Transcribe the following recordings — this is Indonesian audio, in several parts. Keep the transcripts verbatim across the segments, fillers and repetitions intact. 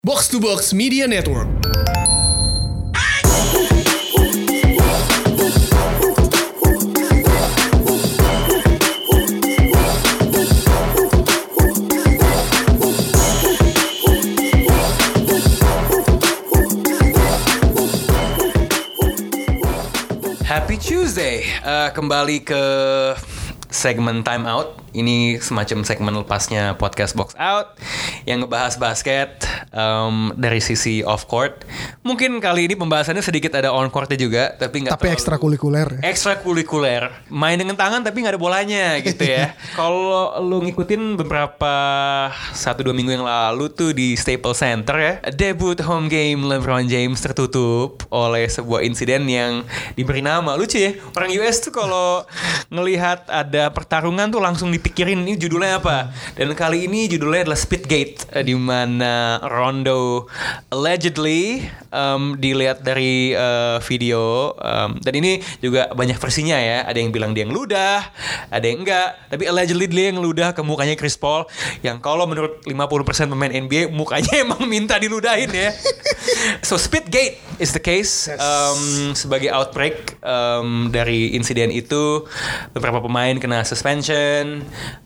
Box to Box Media Network. Happy Tuesday, uh, kembali ke segmen Time Out. Ini semacam segmen lepasnya podcast Box Out yang ngebahas basket um, dari sisi off court. Mungkin kali ini pembahasannya sedikit ada on courtnya juga, tapi nggak. Tapi ekstrakurikuler. Ekstrakurikuler, main dengan tangan tapi nggak ada bolanya gitu ya. Kalau lu ngikutin beberapa satu dua minggu yang lalu tuh di Staples Center ya, debut home game LeBron James tertutup oleh sebuah insiden yang diberi nama lucu ya. Orang U S tuh kalau ngelihat ada pertarungan tuh langsung dipikirin ini judulnya apa. Dan kali ini judulnya adalah Spitgate, di mana Rondo allegedly um, dilihat dari uh, video um, dan ini juga banyak versinya ya. Ada yang bilang dia ngeludah, ada yang enggak. Tapi allegedly dia yang ngeludah ke mukanya Chris Paul, yang kalau menurut lima puluh persen pemain N B A mukanya emang minta diludahin ya. So Spitgate is the case. Um, sebagai outbreak um, dari insiden itu, beberapa pemain kena suspension.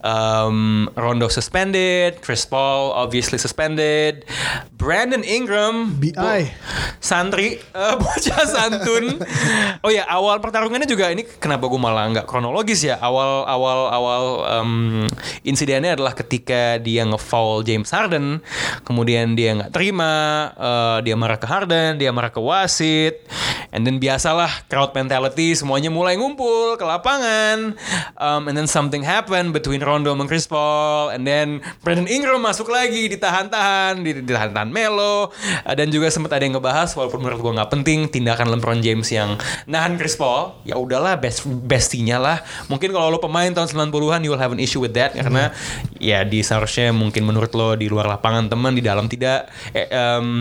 Um, Rondo suspended, Chris Paul obviously suspended, Brandon Ingram B I bo- santri uh, bocah santun. Oh ya, awal pertarungannya juga ini kenapa gue malah nggak kronologis ya. Awal awal awal um, insidennya adalah ketika dia nge-foul James Harden, kemudian dia nggak terima, uh, dia marah ke Harden, dia marah ke wasit, and then biasalah crowd mentality, semuanya mulai ngumpul ke lapangan, um, and then something happened between Rondo sama Chris Paul, and then Brandon Ingram masuk lagi, ditahan-tahan, ditahan-tahan Melo, uh, dan juga sempat ada yang ngebahas, walaupun menurut gue nggak penting, tindakan LeBron James yang nahan Chris Paul. Ya udahlah, best bestinya lah. Mungkin kalau lo pemain tahun sembilan puluhan you will have an issue with that, karena hmm. ya di seharusnya mungkin menurut lo di luar lapangan teman, di dalam tidak. Eh, um,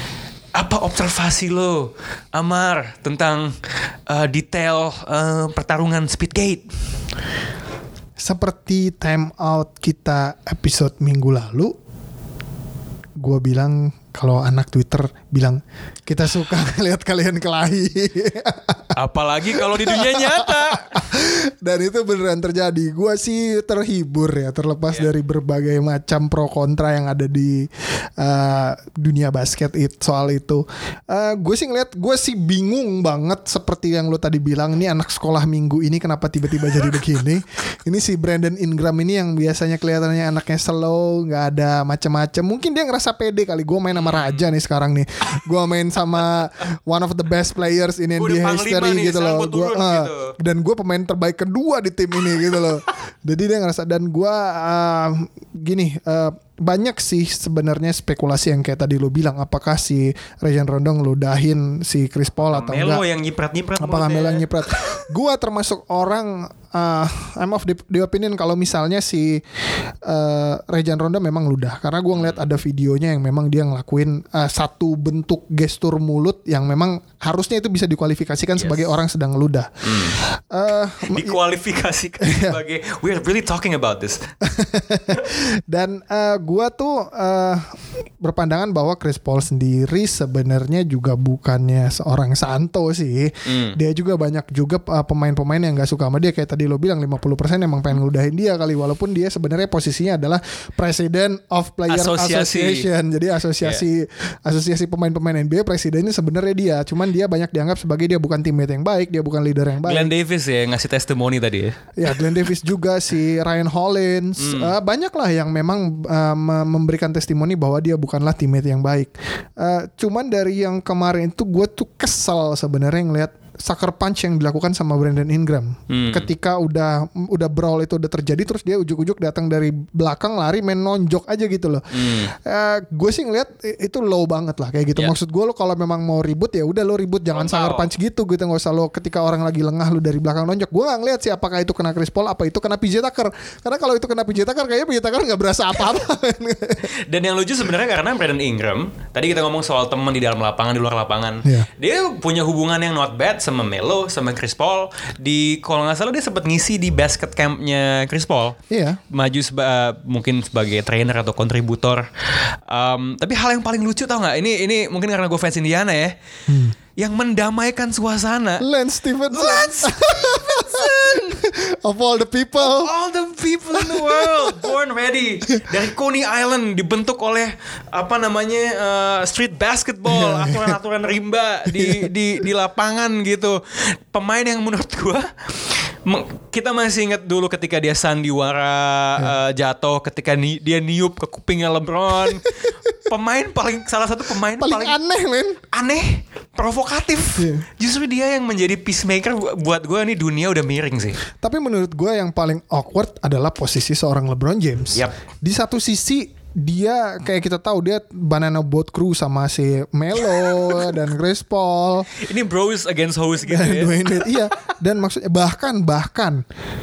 apa observasi lo, Amar, tentang uh, detail uh, pertarungan Spitgate? Seperti time out kita episode minggu lalu, gue bilang kalau anak Twitter bilang kita suka lihat kalian kelahi. Apalagi kalau di dunia nyata. Dan itu beneran terjadi. Gue sih terhibur ya, terlepas yeah. dari berbagai macam pro kontra yang ada di uh, dunia basket it, soal itu. Uh, gue sih ngeliat, gue sih bingung banget seperti yang lo tadi bilang. Ini anak sekolah minggu ini kenapa tiba-tiba jadi begini? Ini si Brandon Ingram ini yang biasanya kelihatannya anaknya slow, nggak ada macam-macam. Mungkin dia ngerasa pede kali. Gue main sama Raja nih sekarang nih. Gue main sama one of the best players in N B A history nih, gitu loh. Gua, uh, gitu. Dan gue pemain terbaik kedua di tim ini gitu loh. Jadi dia ngerasa, dan gue uh, gini. Uh, Banyak sih sebenarnya spekulasi yang kayak tadi lo bilang, apakah si Rajon Rondo ngeludahin si Chris Paul atau Melo enggak? yang nyiprat-nyiprat. Apakah Melo yang nyiprat? Gua termasuk orang uh, I'm of the, the opinion kalau misalnya si uh, Rajon Rondo memang ludah, karena gua ngeliat ada videonya yang memang dia ngelakuin uh, satu bentuk gestur mulut yang memang harusnya itu bisa dikualifikasikan yes. sebagai orang sedang ngeludah. Hmm. Uh, Dikualifikasikan sebagai we're really talking about this. Dan uh, gue tuh uh, berpandangan bahwa Chris Paul sendiri sebenarnya juga bukannya seorang santo sih. Mm. Dia juga banyak juga uh, pemain-pemain yang gak suka sama dia. Kayak tadi lo bilang lima puluh persen emang pengen ngeludahin dia kali. Walaupun dia sebenarnya posisinya adalah President of Player Asosiasi. Association. Jadi asosiasi yeah. asosiasi pemain-pemain N B A presidennya sebenarnya dia. Cuman dia banyak dianggap sebagai dia bukan teammate yang baik, dia bukan leader yang baik. Glenn Davis ya ngasih testimoni tadi ya. Ya Glenn Davis juga, si Ryan Hollins. Mm. Uh, banyak lah yang memang uh, memberikan testimoni bahwa dia bukanlah teammate yang baik. Uh, cuman dari yang kemarin itu gue tuh kesel sebenarnya ngeliat sucker punch yang dilakukan sama Brandon Ingram. Hmm. Ketika udah udah brawl itu udah terjadi, terus dia ujuk-ujuk datang dari belakang lari main nonjok aja gitu loh. Hmm. Uh, gue sih ngeliat itu low banget lah kayak gitu. Yeah. Maksud gue lo kalau memang mau ribut ya udah lo ribut, jangan oh, sucker punch gitu gitu. Nggak usah lo ketika orang lagi lengah lo dari belakang nonjok. Gue nggak ngeliat sih apakah itu kena Chris Paul, apa itu kena P J Tucker. Karena kalau itu kena P J Tucker kayaknya P J Tucker nggak berasa apa-apa. Dan yang lucu sebenarnya karena Brandon Ingram Tadi kita ngomong soal teman di dalam lapangan, di luar lapangan. Iya. Dia punya hubungan yang not bad sama Melo, sama Chris Paul. Di kalau nggak salah dia sempat ngisi di basket campnya Chris Paul. Iya. Maju seba, mungkin sebagai trainer atau kontributor. Um, tapi hal yang paling lucu tau nggak? Ini ini mungkin karena gue fans Indiana ya. Hmm. Yang mendamaikan suasana. Lance Stephenson. Lance Stephenson. Of all the people. All the people in the world born ready. Dari Coney Island dibentuk oleh apa namanya uh, street basketball, aturan-aturan rimba di di di lapangan gitu. Pemain yang menurut gua kita masih ingat dulu ketika dia sandiwara uh, jatuh, ketika ni, dia niup ke kupingnya LeBron. Pemain paling salah satu pemain paling, paling aneh men. Aneh, provokatif. Yeah. Justru dia yang menjadi peacemaker buat gue nih dunia udah miring sih. Tapi menurut gue yang paling awkward adalah posisi seorang LeBron James. Yep. Di satu sisi dia kayak kita tahu dia banana boat crew sama si Melo dan Chris Paul. Ini bros against hoes gitu ya. Dwayne, iya. Dan maksudnya bahkan bahkan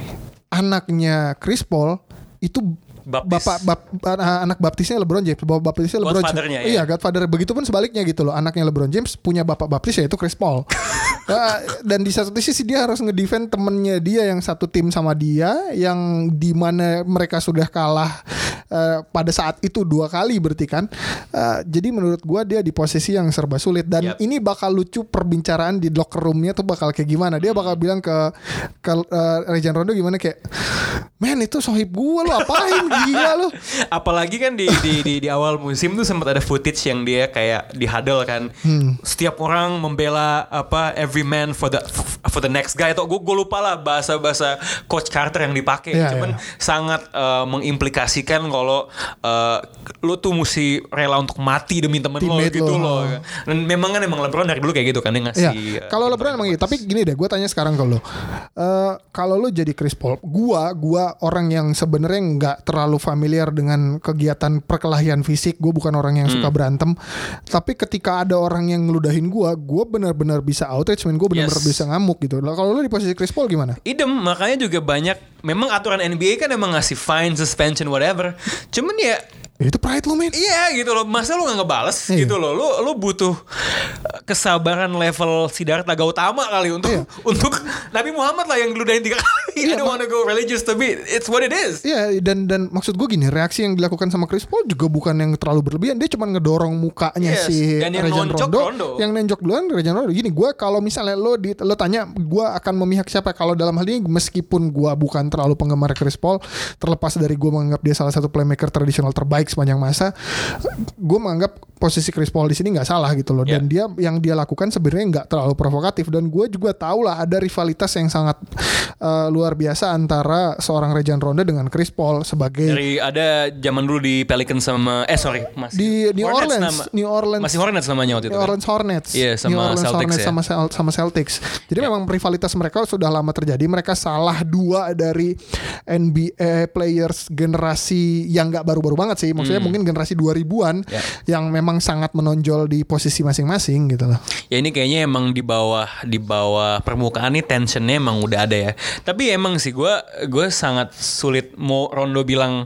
anaknya Chris Paul itu Baptis. Bapak bap, anak baptisnya LeBron James, bapak baptisnya LeBron James. Ya? Iya, Godfather. Begitupun sebaliknya gitu loh. Anaknya LeBron James punya bapak baptis yaitu Chris Paul. Nah, dan di satu sisi dia harus ngedefend temennya dia yang satu tim sama dia, yang di mana mereka sudah kalah uh, pada saat itu dua kali berarti kan. Uh, jadi menurut gua dia di posisi yang serba sulit dan yep. ini bakal lucu perbincangan di locker roomnya tuh bakal kayak gimana. Dia bakal bilang ke ke uh, Rajon Rondo gimana kayak, "Men, itu sohib gua, lu apain?" Gila lu. Apalagi kan di, di di di awal musim tuh sempat ada footage yang dia kayak di huddle kan. Hmm. Setiap orang membela apa every man for the for the next guy. Atau gue gue lupa lah bahasa-bahasa Coach Carter yang dipakai. Yeah, Cuman yeah. sangat uh, mengimplikasikan kalau uh, lu tuh mesti rela untuk mati demi temen lo gitu loh. Dan memang kan emang LeBron dari dulu kayak gitu kan dia ngasih. Yeah. Uh, kalau LeBron emang gitu. Tapi gini deh, gue tanya sekarang ke lu. Uh, kalau lu jadi Chris Paul, gua gua orang yang sebenarnya nggak terlalu terlalu familiar dengan kegiatan perkelahian fisik. Gue bukan orang yang hmm. suka berantem. Tapi ketika ada orang yang ngeludahin gue, gue benar-benar bisa outrage, men. Gue benar-benar yes. bisa ngamuk gitu. Lah kalau lu di posisi Chris Paul gimana? Idem, makanya juga banyak. Memang aturan N B A kan emang ngasih fine, suspension, whatever. Cuman ya itu pride lu, men. Iya gitu loh. Masa lu gak ngebales iya. gitu loh. Lu lu butuh kesabaran level Siddhartha Gautama kali untuk iya. untuk Nabi Muhammad lah yang geludahin tiga kali. Iya, I don't wanna go religious, tapi it's what it is. Iya, dan dan maksud gue gini, reaksi yang dilakukan sama Chris Paul juga bukan yang terlalu berlebihan. Dia cuma ngedorong mukanya yes. si Rajon Rondo, Rondo. Yang nenjok duluan Rajon Rondo. Gini, gue kalau misalnya lo di, lo tanya gue akan memihak siapa, kalau dalam hal ini meskipun gue bukan terlalu penggemar Chris Paul, terlepas dari gue menganggap dia salah satu playmaker tradisional terbaik sepanjang masa, gue menganggap posisi Chris Paul di sini nggak salah gitu loh. Yeah. Dan dia yang dia lakukan sebenarnya nggak terlalu provokatif. Dan gue juga tahu lah ada rivalitas yang sangat uh, luar biasa antara seorang Rajon Rondo dengan Chris Paul sebagai dari ada zaman dulu di Pelicans sama eh sorry masih di New Orleans, nama, New Orleans masih Hornets namanya waktu itu. New Orleans Hornets. Iya, sama New Orleans Celtics Hornets ya. sama sama Celtics. Jadi yeah. memang rivalitas mereka sudah lama terjadi. Mereka salah dua dari N B A players generasi yang nggak baru-baru banget sih. Maksudnya hmm. mungkin generasi dua ribuan yeah. yang memang sangat menonjol di posisi masing-masing gitu loh. Ya ini kayaknya emang di bawah di bawah permukaan nih tensionnya emang udah ada ya. Tapi emang sih gue gue sangat sulit mau Rondo bilang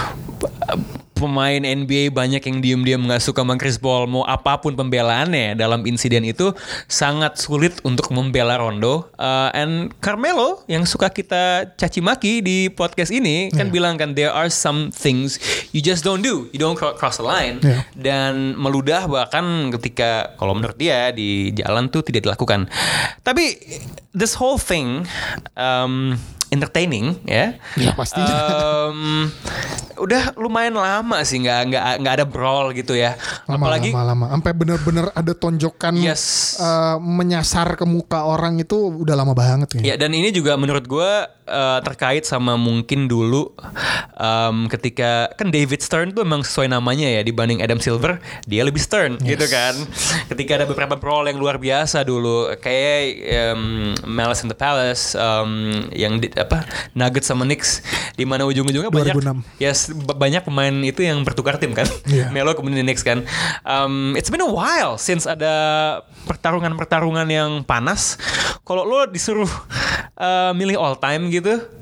pemain N B A banyak yang diem-diem gak suka sama Chris Paul, mau apapun pembelaannya dalam insiden itu sangat sulit untuk membela Rondo. Uh, and Carmelo yang suka kita caci maki di podcast ini yeah. kan bilang kan there are some things you just don't do, you don't cross the line. Yeah. Dan meludah bahkan ketika kalau menurut dia di jalan tuh tidak dilakukan. Tapi this whole thing um, entertaining ya. Ya pastinya. Um, udah lumayan lama sih nggak nggak nggak ada brawl gitu ya. Lama, apalagi lama-lama sampai benar-benar ada tonjokan yes. uh, menyasar ke muka orang itu udah lama banget ya. Ya dan ini juga menurut gue uh, terkait sama mungkin dulu um, ketika kan David Stern tuh emang sesuai namanya ya, dibanding Adam Silver dia lebih stern yes. gitu kan. Ketika ada beberapa brawl yang luar biasa dulu kayak um, Malice in the Palace um, yang di, apa Nuggets sama Knicks di mana ujung-ujungnya banyak dua ribu enam yes banyak pemain itu yang bertukar tim kan. Yeah. Melo kemudian di Knicks kan. Um, it's been a while since ada pertarungan-pertarungan yang panas. Kalau lo disuruh uh, milih all time gitu,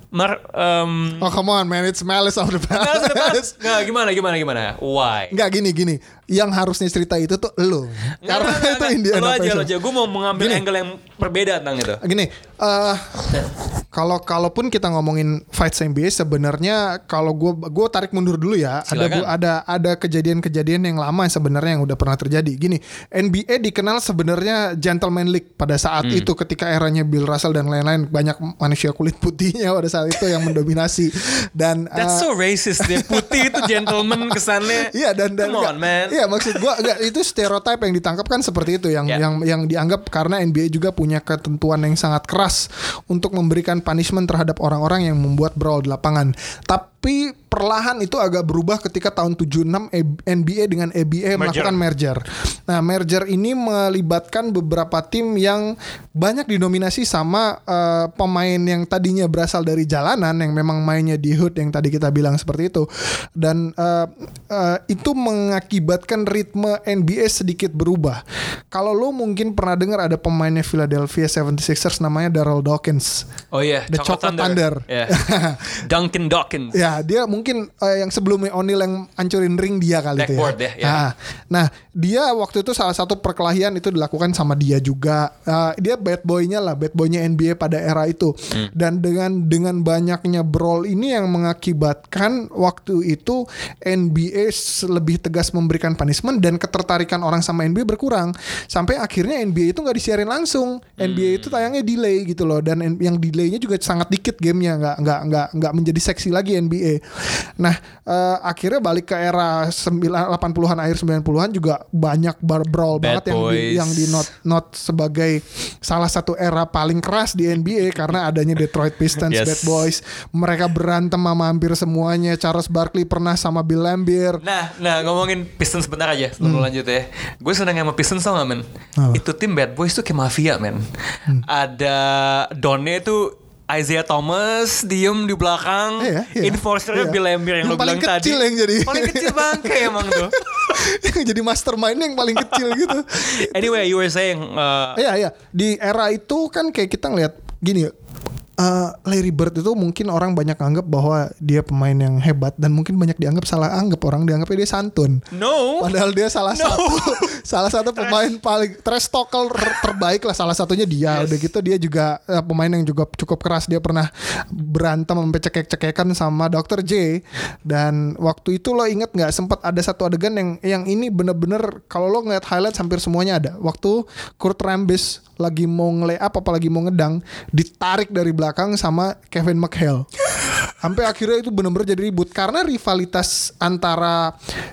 Mar, um, Oh come on man, it's Malice of the Palace. Nggak, gimana gimana gimana? Why? Nggak gini gini. Yang harusnya cerita itu tuh lo. Karena Nggak, itu nggak, Indiana lo aja, Pacers. lo aja. Gue mau mengambil Gini. angle yang berbeda tentang itu. Gini, eh kalau kalaupun kita ngomongin fight N B A sebenarnya kalau gue gue tarik mundur dulu ya. Ada Silakan. bu- ada ada kejadian-kejadian yang lama yang sebenarnya yang udah pernah terjadi. Gini, N B A dikenal sebenarnya gentleman league pada saat Hmm. itu ketika eranya Bill Russell dan lain-lain, banyak manusia kulit putihnya pada saat itu yang mendominasi dan That's eh, so racist deh. Putih itu gentleman kesannya. Iya dan dan Come on, enggak, man. Iya maksud gua enggak itu stereotype yang ditangkap kan seperti itu yang Yeah. yang yang dianggap karena N B A juga punya ketentuan yang sangat keras untuk memberikan punishment terhadap orang-orang yang membuat brawl di lapangan. Tapi perlahan itu agak berubah ketika tahun tujuh puluh enam N B A dengan A B A melakukan merger. Nah, merger ini melibatkan beberapa tim yang banyak didominasi sama eh, pemain yang tadinya berasal dari jalanan yang memang mainnya di hood yang tadi kita bilang seperti itu. Dan eh, eh, itu mengakibatkan ritme N B A sedikit berubah. Kalau lo mungkin pernah dengar ada pemainnya Philadelphia seventy-sixers namanya Darryl Dawkins. Oh iya, The Chocolate Thunder. Yeah. Duncan Dawkins. Ya, dia mungkin eh, yang sebelumnya O'Neal yang hancurin ring dia kali itu ya. Backboard ya, ya. Nah, nah, dia waktu itu salah satu perkelahian itu dilakukan sama dia juga. Eh, dia bad boy-nya lah, bad boy-nya N B A pada era itu. Hmm. Dan dengan dengan banyaknya brawl ini yang mengakibatkan waktu itu N B A lebih tegas memberikan punishment dan ketertarikan orang sama N B A berkurang. Sampai akhirnya N B A itu nggak disiarin langsung. N B A itu tayangnya delay gitu loh, dan N- yang delaynya juga sangat dikit gamenya, nggak nggak nggak nggak menjadi seksi lagi N B A. Nah, eh, akhirnya balik ke era sembilan delapan puluhan akhir sembilan puluhan juga banyak bar brawl Bad banget yang di, boys. yang di not not sebagai salah satu era paling keras di N B A karena adanya Detroit Pistons, Yes. Bad Boys. Mereka berantem sama hampir semuanya. Charles Barkley pernah sama Bill Laimbeer. Nah, nah ngomongin Pistons sebentar aja sebelum lanjut ya. Gue seneng sama Pistons tau gak men? Apa? Itu tim Bad Boys tuh kayak mafia men. Ada Donnya tuh Isaiah Thomas diem di belakang, Iya, iya, enforcernya iya. Bill Laimbeer yang, Yang lo paling bilang tadi. kecil yang jadi. Paling kecil bangke emang tuh. Yang jadi mastermind yang paling kecil gitu. Anyway, you were saying uh, Iya iya, di era itu kan kayak kita ngeliat gini ya. uh, Larry Bird itu mungkin orang banyak anggap bahwa dia pemain yang hebat dan mungkin banyak dianggap salah anggap, orang dianggapnya dia santun. no. Padahal dia salah No. satu salah satu pemain paling trash talker terbaik lah, salah satunya dia. Yes. Udah gitu dia juga eh, pemain yang juga cukup keras. Dia pernah berantem sampai cekek-cekekan sama dokter J. Dan waktu itu lo inget nggak sempat ada satu adegan yang yang ini bener-bener kalau lo ngeliat highlight hampir semuanya ada. Waktu Kurt Rambis lagi mau nge-layup apa lagi mau ngedang, ditarik dari belakang sama Kevin McHale. Sampai akhirnya itu benar-benar jadi ribut karena rivalitas antara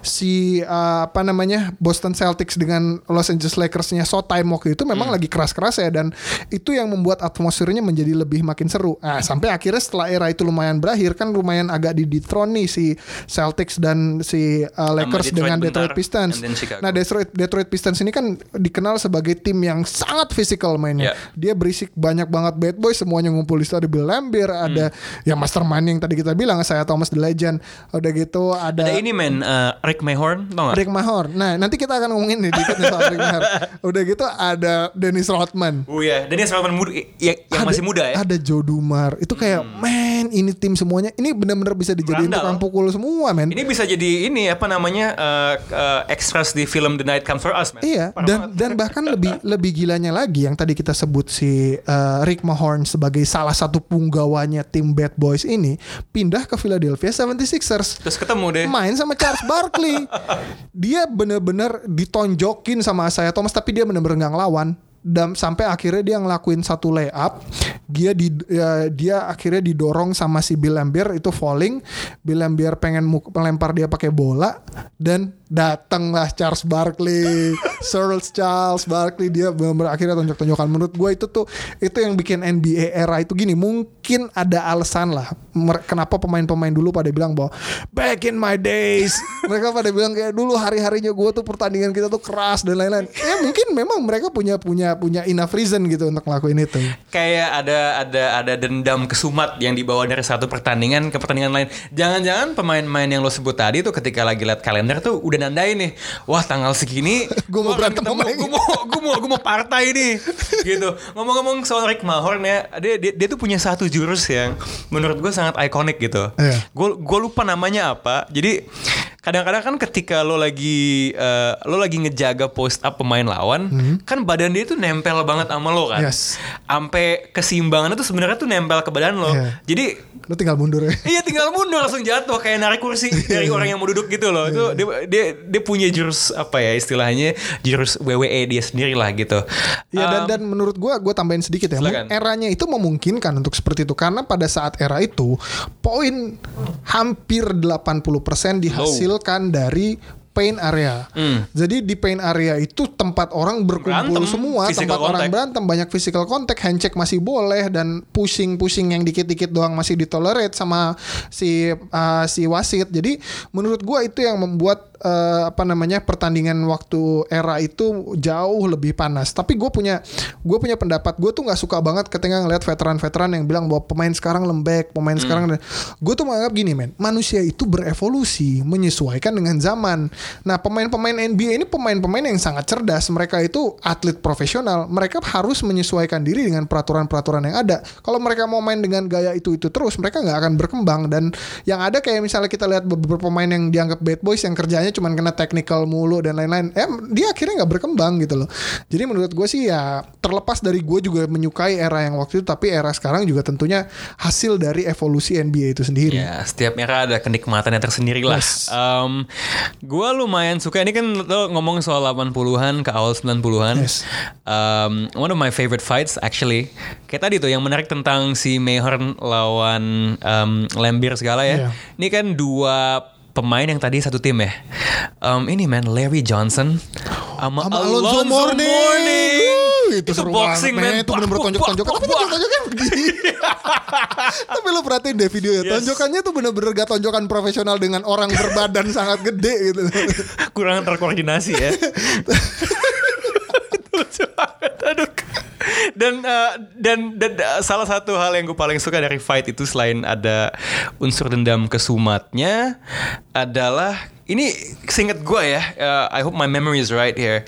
si uh, apa namanya Boston Celtics dengan Los Angeles Lakers-nya Showtime waktu itu memang Hmm. lagi keras-keras ya, dan itu yang membuat atmosfernya menjadi lebih makin seru. Nah, sampai akhirnya setelah era itu lumayan berakhir kan lumayan agak didethrone nih si Celtics dan si uh, Lakers Detroit dengan bentar, Detroit Pistons. and then Chicago. Nah, Detroit Detroit Pistons ini kan dikenal sebagai tim yang sangat fisikal mainnya. Yeah. Dia berisik banyak banget bad boy, semuanya ngumpul di situ. Ada Bill Laimbeer, ada Hmm. ya mastermind yang tadi kita bilang, saya Thomas the Legend. Udah gitu ada, Ada ini men, uh, Rick Mahorn, tau gak? Rick Mahorn. Nah, nanti kita akan ngomongin nih dikit nih soal Rick Mahorn. Udah gitu ada Dennis Rodman. Oh iya, Dennis Rodman muda, ya, yang Ada- masih muda ya. Ada Joe Dumars. Itu kayak man, ini tim semuanya ini benar-benar bisa dijadiin Berandal. tukang pukul semua, men. Ini bisa jadi ini apa namanya uh, uh, extras di film The Night Comes For Us, man. Iya, Parah dan banget. dan bahkan lebih lebih gilanya lagi yang tadi kita sebut si uh, Rick Mahorn sebagai salah satu punggawanya tim Bad Boys ini pindah ke Philadelphia seventy-sixers. Terus ketemu deh. Main sama Charles Barkley. Dia bener-bener ditonjokin sama Isaiah Thomas, tapi dia bener-bener nggak ngelawan. Dan sampai akhirnya dia ngelakuin satu layup, dia di ya, dia akhirnya didorong sama si Bill Laimbeer itu falling. Bill Laimbeer pengen mu- melempar dia pakai bola dan datanglah Charles Barkley, Sir Charles Barkley. Dia benar-benar akhirnya tonjok-tonjokan. Menurut gue itu tuh itu yang bikin N B A era itu gini. Mungkin ada alasan lah mer- kenapa pemain-pemain dulu pada bilang bahwa back in my days, mereka pada bilang kayak dulu hari-harinya gue tuh pertandingan kita tuh keras dan lain-lain. Ya mungkin memang mereka punya punya punya enough reason gitu untuk ngelakuin itu. Kayak ada ada ada dendam kesumat yang dibawa dari satu pertandingan ke pertandingan lain. Jangan-jangan pemain-pemain yang lo sebut tadi tuh ketika lagi lihat kalender tuh udah udah nandain nih, wah tanggal segini Gua mau berantem sama yang gue mau gue mau gue mau partai nih gitu. Ngomong-ngomong soal Rick Mahorn ya, dia, dia dia tuh punya satu jurus yang menurut gue sangat ikonik gitu. Iya. Gue gue lupa namanya apa. Jadi kadang-kadang kan ketika lo lagi uh, lo lagi ngejaga post up pemain lawan, hmm. kan badan dia tuh nempel banget sama lo kan. Yes. Sampai keseimbangannya tuh sebenarnya tuh nempel ke badan lo. Yeah. Jadi Lu tinggal mundur ya. iya tinggal mundur langsung jatuh kayak narik kursi dari orang yang mau duduk gitu loh. Itu dia dia dia punya jurus apa ya istilahnya, jurus W W E dia sendiri lah gitu. Ya dan Um, dan menurut gua gua tambahin sedikit ya. Silakan. Eranya itu memungkinkan untuk seperti itu karena pada saat era itu poin hampir delapan puluh persen dihasilkan dari paint area. Hmm. Jadi di paint area itu tempat orang berkumpul Berantem, semua, physical tempat orang contact. berantem, banyak physical contact, handshake masih boleh dan pushing-pushing yang dikit-dikit doang masih ditolerate sama si uh, si wasit. Jadi menurut gua itu yang membuat uh, apa namanya pertandingan waktu era itu jauh lebih panas. Tapi gue punya gue punya pendapat, gue tuh nggak suka banget ketika ngeliat veteran-veteran yang bilang bahwa pemain sekarang lembek, pemain hmm. sekarang. Gue tuh menganggap gini men, manusia itu berevolusi menyesuaikan dengan zaman. Nah pemain-pemain N B A ini pemain-pemain yang sangat cerdas. Mereka itu atlet profesional. Mereka harus menyesuaikan diri dengan peraturan-peraturan yang ada. Kalau mereka mau main dengan gaya itu-itu terus, mereka nggak akan berkembang. Dan yang ada kayak misalnya kita lihat beberapa pemain yang dianggap bad boys yang kerjanya cuma kena technical mulu dan lain-lain, eh dia akhirnya nggak berkembang gitu loh. Jadi menurut gue sih ya terlepas dari gue juga menyukai era yang waktu itu, tapi era sekarang juga tentunya hasil dari evolusi N B A itu sendiri. Ya, setiap era ada kenikmatannya tersendiri lah. Yes. Um, gue lumayan suka, ini kan lo ngomong soal delapan puluhan ke awal sembilan puluhan. Yes. Um, one of my favorite fights actually. Kayak tadi tuh yang menarik tentang si Mahorn lawan um, Lambier segala ya. Yeah. Ini kan dua pemain yang tadi satu tim ya. Um, ini man, Larry Johnson sama Sama Alonzo, Alonzo Mourning. Mourning. Uh, itu, Itu seru boxing banget, man. Itu bener-bener tonjok-tonjokan. Tapi tonjok-tonjokan begini. Tapi lu perhatiin deh video ya. Yes. Tonjokannya tuh bener-bener gak tonjokan profesional dengan orang berbadan sangat gede gitu. Kurang terkoordinasi ya. Lucu banget, aduh. Dan, uh, dan dan uh, salah satu hal yang gue paling suka dari fight itu selain ada unsur dendam kesumatnya adalah ini seinget gue ya, uh, I hope my memory is right here.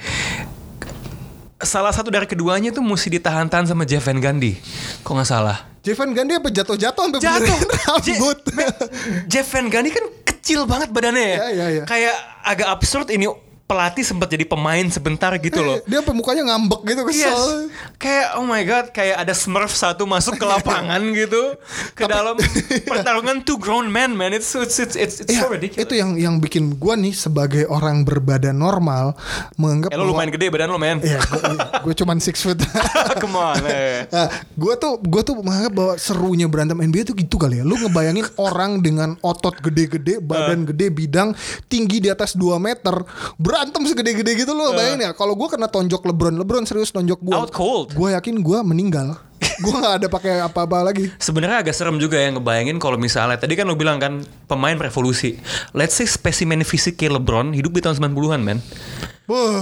Salah satu dari keduanya tuh mesti ditahan-tahan sama Jeff Van Gundy. Kok nggak salah? Jeff Van Gundy apa jatuh-jatuh sampai Jatuh. benerin rambut. Je- man, Jeff Van Gundy kan kecil banget badannya ya. Ya, ya, ya. Kayak agak absurd ini pelatih sempat jadi pemain sebentar gitu loh. Dia sampai mukanya ngambek gitu kesel. Yes. Kayak oh my god, kayak ada Smurf satu masuk ke lapangan gitu ke dalam pertarungan two grown men, man. It's it's it's it's, it's Ya, so ridiculous. itu yang yang bikin gua nih sebagai orang berbadan normal menganggap Eh, lo lumayan gede badan lo, man. Iya, gue cuman six foot. Come on. Eh. Nah, gue tuh gue tuh menganggap bahwa serunya berantem N B A tuh gitu kali ya. Lu ngebayangin orang dengan otot gede-gede, badan Uh. gede, bidang tinggi di atas dua meter, berantem segede-gede gitu lu bayangin ya. Kalau gue kena tonjok LeBron, LeBron serius tonjok gue. Out cold. Gue yakin gue meninggal. Gue nggak ada pakai apa-apa lagi. Sebenarnya agak serem juga ya ngebayangin kalau misalnya tadi kan lo bilang kan pemain revolusi. Let's say spesimen fisik kayak LeBron hidup di tahun sembilan puluhan, man. Wah,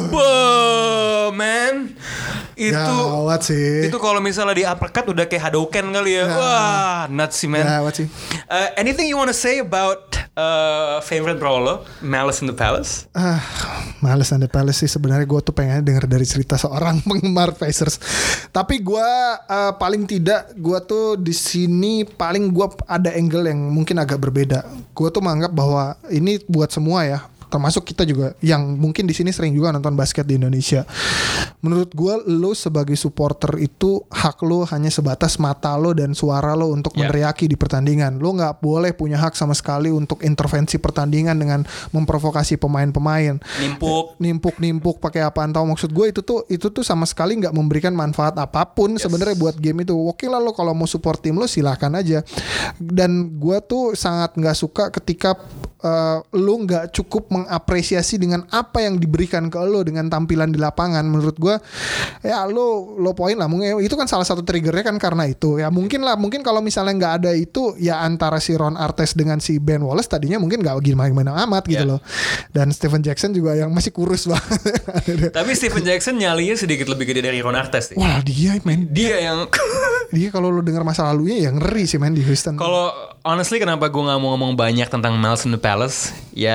Wow, man. Itu gawat sih. itu kalau misalnya di uppercut udah kayak Hadouken kali ya. Wah, nuts sih, man. Gawat sih. Uh, anything you wanna say about uh, favorite brawler Malice in the Palace? Ah, males Anda Palace sih sebenarnya. Gue tuh pengen denger dari cerita seorang penggemar Pacers. Tapi gue uh, paling tidak gue tuh di sini paling gue ada angle yang mungkin agak berbeda. Gue tuh menganggap bahwa ini buat semua ya, termasuk kita juga yang mungkin di sini sering juga nonton basket di Indonesia. Menurut gue, lo sebagai supporter itu hak lo hanya sebatas mata lo dan suara lo untuk Yeah. meneriaki di pertandingan. Lo nggak boleh punya hak sama sekali untuk intervensi pertandingan dengan memprovokasi pemain-pemain. Nimpuk. Nimpuk-nimpuk pakai apaan tahu, maksud gue itu tuh itu tuh sama sekali nggak memberikan manfaat apapun Yes. sebenarnya buat game itu. Oke lah, lo kalau mau support tim lo silahkan aja. Dan gue tuh sangat nggak suka ketika uh, lo nggak cukup mengapresiasi dengan apa yang diberikan ke lo dengan tampilan di lapangan. Menurut gue ya lo lo poin lah, mungkin itu kan salah satu triggernya kan karena itu ya. Mungkin lah, mungkin kalau misalnya nggak ada itu ya antara si Ron Artest dengan si Ben Wallace tadinya mungkin nggak gimana-gimana amat gitu Yeah. loh. Dan Stephen Jackson juga yang masih kurus banget. Tapi Stephen Jackson nyalinya sedikit lebih gede dari Ron Artest. Wah, dia men, Dia yang dia kalau lo dengar masa lalunya ya ngeri sih men di Houston. kalau honestly kenapa gue nggak mau ngomong banyak tentang Malice in the Palace? Ya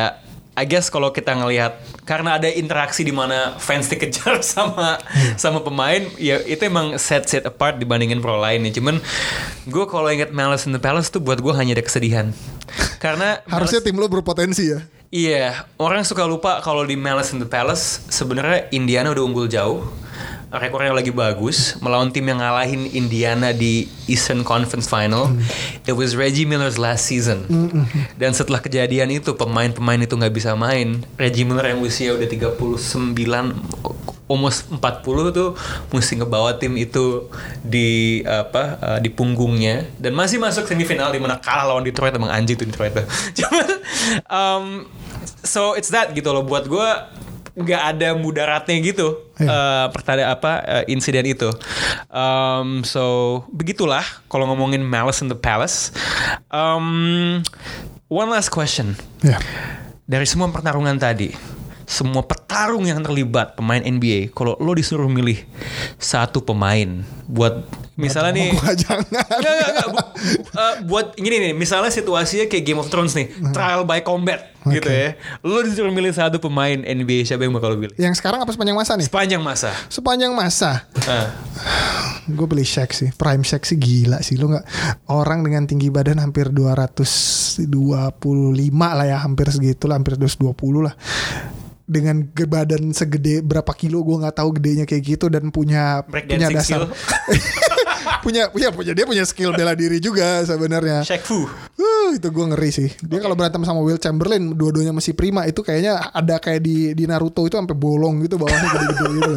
I guess kalau kita ngelihat karena ada interaksi di mana fans dikejar sama hmm. sama pemain, ya itu emang set set apart dibandingin pro lainnya. Cuman gue kalau inget Malice in the Palace tuh buat gue hanya ada kesedihan. Karena harusnya Malice, tim lo berpotensi ya. Iya, orang suka lupa kalau di Malice in the Palace sebenarnya Indiana udah unggul jauh. Rekornya lagi bagus melawan tim yang ngalahin Indiana di Eastern Conference Final. Mm. It was Reggie Miller's last season. Mm-hmm. Dan setelah kejadian itu pemain-pemain itu nggak bisa main. Reggie Miller yang usia udah tiga puluh sembilan, almost empat puluh tuh mesti ngebawa tim itu di apa uh, di punggungnya dan masih masuk semifinal di mana kalah lawan Detroit. Emang anjing tuh Detroit tuh. Cuman um, so it's that gitu loh buat gue. Nggak ada mudaratnya gitu yeah. uh, pertanda apa uh, insiden itu. Um, so begitulah kalau ngomongin Malice in the Palace. Um, one last question. Yeah. Dari semua pertarungan tadi, semua petarung yang terlibat pemain N B A, kalau lo disuruh milih satu pemain buat misalnya nih, jangan. Enggak, enggak, enggak, bu, uh, buat gini nih, misalnya situasinya kayak Game of Thrones nih, trial by combat okay. gitu ya. Lo disuruh milih satu pemain N B A, siapa yang bakal lo pilih? Yang sekarang apa sepanjang masa nih? Sepanjang masa. Sepanjang masa. Uh. Gue pilih Shaq sih. Prime Shaq sih gila sih. Lo nggak, orang dengan tinggi badan hampir dua ratus dua puluh lima lah ya, hampir segitu lah, hampir dua ratus dua puluh lah. Dengan badan segede berapa kilo gue nggak tahu gedenya kayak gitu dan punya break punya dasar punya punya punya dia punya skill bela diri juga sebenarnya. Shaq Fu. Uh, itu gue ngeri sih. Dia okay. kalau berantem sama Will Chamberlain dua-duanya masih prima. Itu kayaknya ada kayak di di Naruto itu sampai bolong gitu bawahnya gede-gede gitu.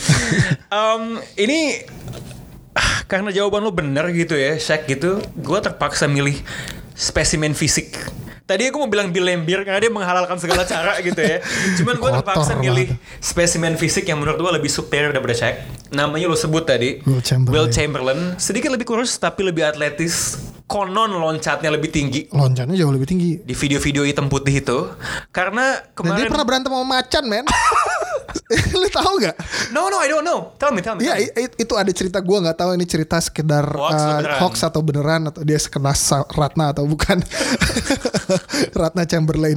um, ini karena jawaban lo benar gitu ya, Shaq gitu, gue terpaksa milih spesimen fisik. Tadi aku mau bilang Bill Laimbeer karena dia menghalalkan segala cara gitu ya. Cuman gue terpaksa milih spesimen fisik yang menurut gue lebih superior daripada Shaq. Namanya lo sebut tadi, Will Chamberlain. Will Chamberlain. Sedikit lebih kurus tapi lebih atletis. Konon loncatnya lebih tinggi. Loncatnya jauh lebih tinggi. Di video-video hitam putih itu. Karena kemarin... Dan dia pernah berantem sama macan, men. Lu tahu gak? No no I don't know. Tell me tell me. Iya itu ada cerita, gue nggak tahu ini cerita sekedar hoax, uh, hoax atau beneran atau dia sekelas Ratna atau bukan. Ratna Chamberlain.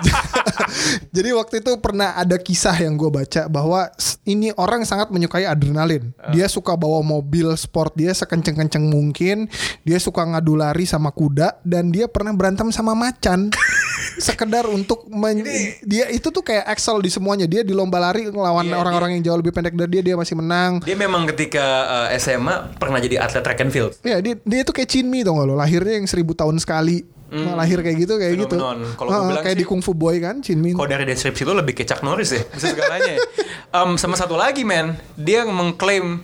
Jadi waktu itu pernah ada kisah yang gue baca bahwa ini orang sangat menyukai adrenalin. Dia suka bawa mobil sport dia sekenceng-kenceng mungkin. Dia suka ngadu lari sama kuda dan dia pernah berantem sama macan. Sekedar untuk men- Ini, dia itu tuh kayak excel di semuanya. Dia di lomba lari ngelawan iya, orang-orang dia, yang jauh lebih pendek dari dia, dia masih menang. Dia memang ketika uh, S M A pernah jadi atlet track and field. Iya, dia dia itu kayak Chin Mi tau gak lo, lahirnya yang seribu tahun sekali. Hmm. Lahir kayak gitu kayak Phenomenon. Gitu. Kalau uh, kayak sih, di Kung Fu Boy kan, Chin Mi. Kalau dari deskripsi itu lebih ke Chuck Norris ya, bisa segalanya. um, sama satu lagi men, dia mengklaim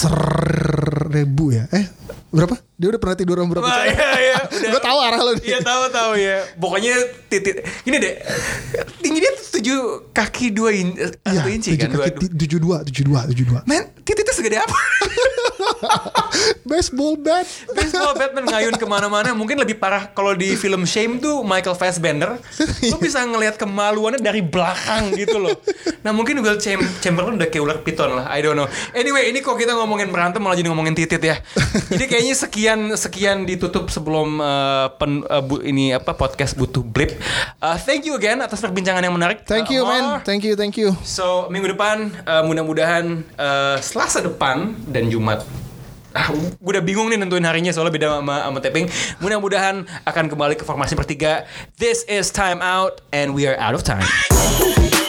seribu ya. Eh berapa? Dia udah pernah tidur berapa? Nah, iya, iya, gue tahu arah lo. Iya tahu tahu ya. Pokoknya titik ini deh. Tinggi dia tujuh kaki dua in, ya, inci kan? Tujuh dua tujuh dua tujuh dua. Men, titiknya segede apa? Baseball bat. Baseball bat men ngayun kemana-mana. Mungkin lebih parah kalau di film Shame tuh Michael Fassbender. Lo bisa ngelihat kemaluannya dari belakang gitu loh. Nah mungkin Will Cham- Chamberlain udah kayak ular piton lah. I don't know. Anyway ini kok kita ngomongin berantem malah jadi ngomongin titit ya. Jadi kayaknya sekian sekian ditutup sebelum uh, pen, uh, bu, ini apa podcast butuh blip. Uh, thank you again atas perbincangan yang menarik. Thank you uh, man. Thank you thank you. So minggu depan uh, mudah-mudahan uh, Selasa depan dan Jumat. Ah, gue udah bingung nih nentuin harinya soalnya beda sama, sama taping. Mudah-mudahan akan kembali ke formasi bertiga. This is Time Out and we are out of time.